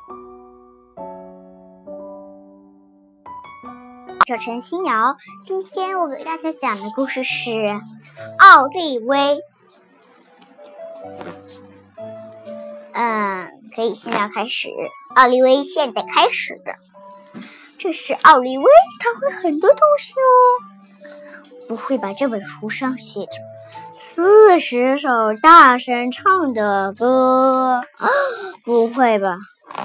小陈新瑶，今天我给大家讲的故事是奥利威。可以现在开始。奥利威现在开始。这是奥利威，他会很多东西哦。不会吧？这本书上写着40首大声唱的歌。不会吧？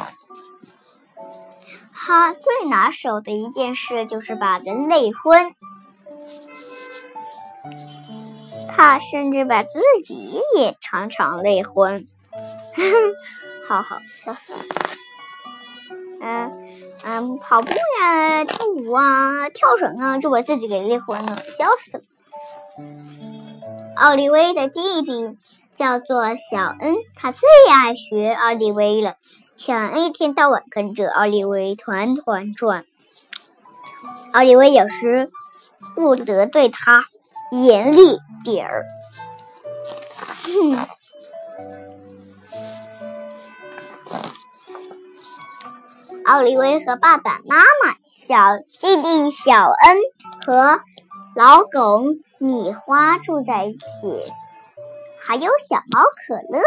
他最拿手的一件事就是把人累昏。他甚至把自己也常常累昏。好好笑死了。跑步呀，跳舞啊，跳绳啊，就把自己给累昏了，笑死了。奥利威的弟弟叫做小恩，他最爱学奥利威了。小恩一天到晚跟着奥利威团团转。奥利威有时不得对他严厉点儿。奥利威和爸爸妈妈、小弟弟小恩和老狗米花住在一起，还有小猫可乐。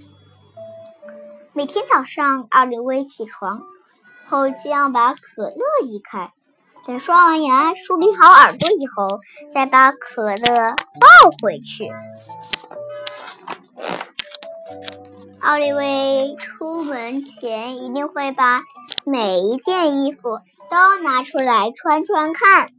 每天早上，奥利威起床后就要把可乐移开，等刷完牙、梳理好耳朵以后，再把可乐抱回去。奥利威出门前一定会把每一件衣服都拿出来穿穿看。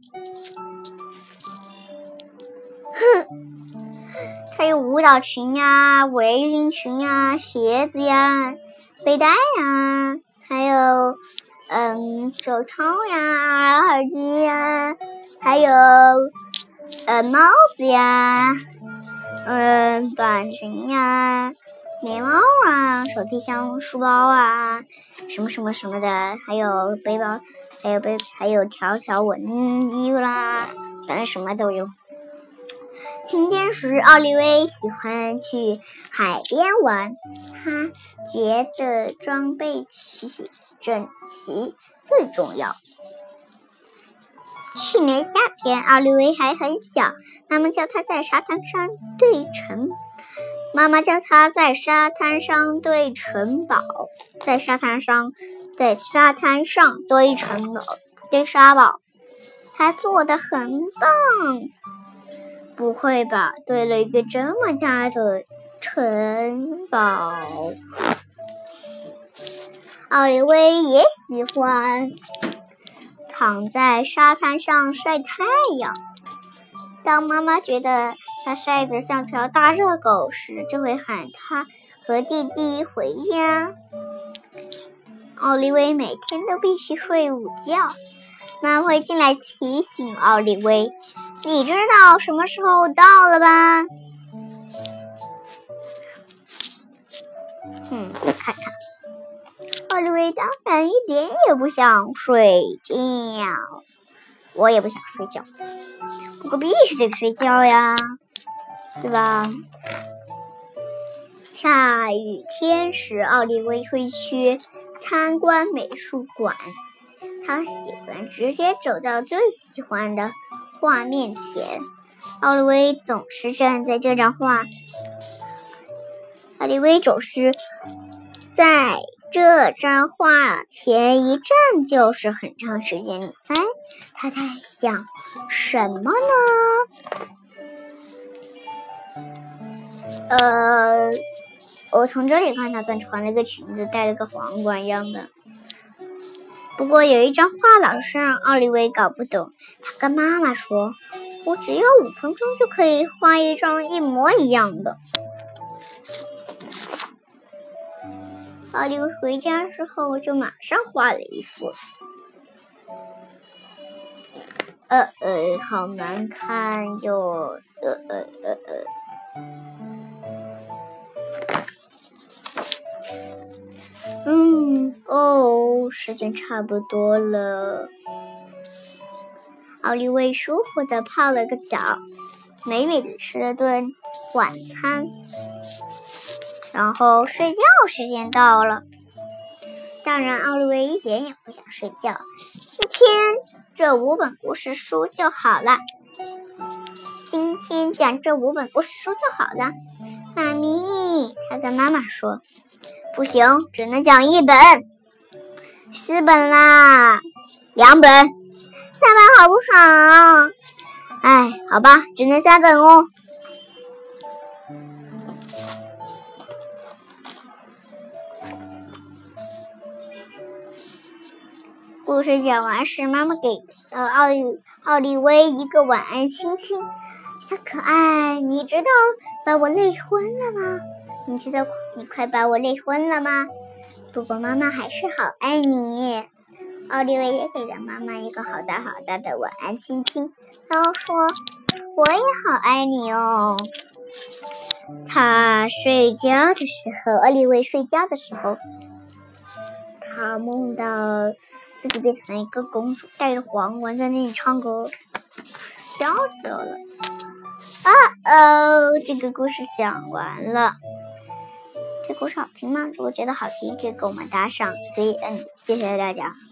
还有舞蹈裙呀、围巾裙呀、鞋子呀、背带呀，还有手套呀、耳机呀，还有帽子呀、短裙呀、棉帽啊、手提箱、书包啊，什么什么什么的，还有背包，还有条条纹衣服啦，反正什么都有。晴天时，奥利威喜欢去海边玩，他觉得装备整齐最重要。去年夏天，奥利威还很小，妈妈叫他在沙滩上堆城堡，在沙滩上堆沙堡，他做得很棒。不会吧？堆了一个这么大的城堡。奥利威也喜欢躺在沙滩上晒太阳。当妈妈觉得他晒得像条大热狗时，就会喊他和弟弟回家。奥利威每天都必须睡午觉，妈妈会进来提醒奥利威，你知道什么时候到了吧？看看，奥利威当然一点也不想睡觉。我也不想睡觉，不过必须得睡觉呀，对吧？下雨天时，奥利威会去参观美术馆。他喜欢直接走到最喜欢的画面前。奥利威总是站在这张画前一站就是很长时间。你猜他在想什么呢？我从这里看他跟穿了个裙子，戴了个皇冠一样的。不过有一张画老是让奥利威搞不懂。他跟妈妈说，我只要5分钟就可以画一张一模一样的。奥利威回家之后就马上画了一幅。好难看哟。时间差不多了。奥利威舒服地泡了个澡，美美地吃了顿晚餐，然后睡觉时间到了。 当然，奥利维一点也不想睡觉。今天这5本故事书就好了。今天讲这5本故事书就好了。妈咪，他跟妈妈说，不行，只能讲1本，4本啦，2本，3本好不好？哎，好吧，只能3本哦。故事讲完时，妈妈给奥利维一个晚安亲亲。小可爱，你知道把我累昏了吗？你知道你快把我累昏了吗？不过妈妈还是好爱你。奥利维也给了妈妈一个好大好大的晚安亲亲，然后说我也好爱你哦。他睡觉的时候，奥利维睡觉的时候，他梦到自己变成一个公主，戴着皇冠在那里唱歌，笑死我了。这个故事讲完了。这故事好听吗？如果觉得好听，可以给我们打赏。所以，谢谢大家。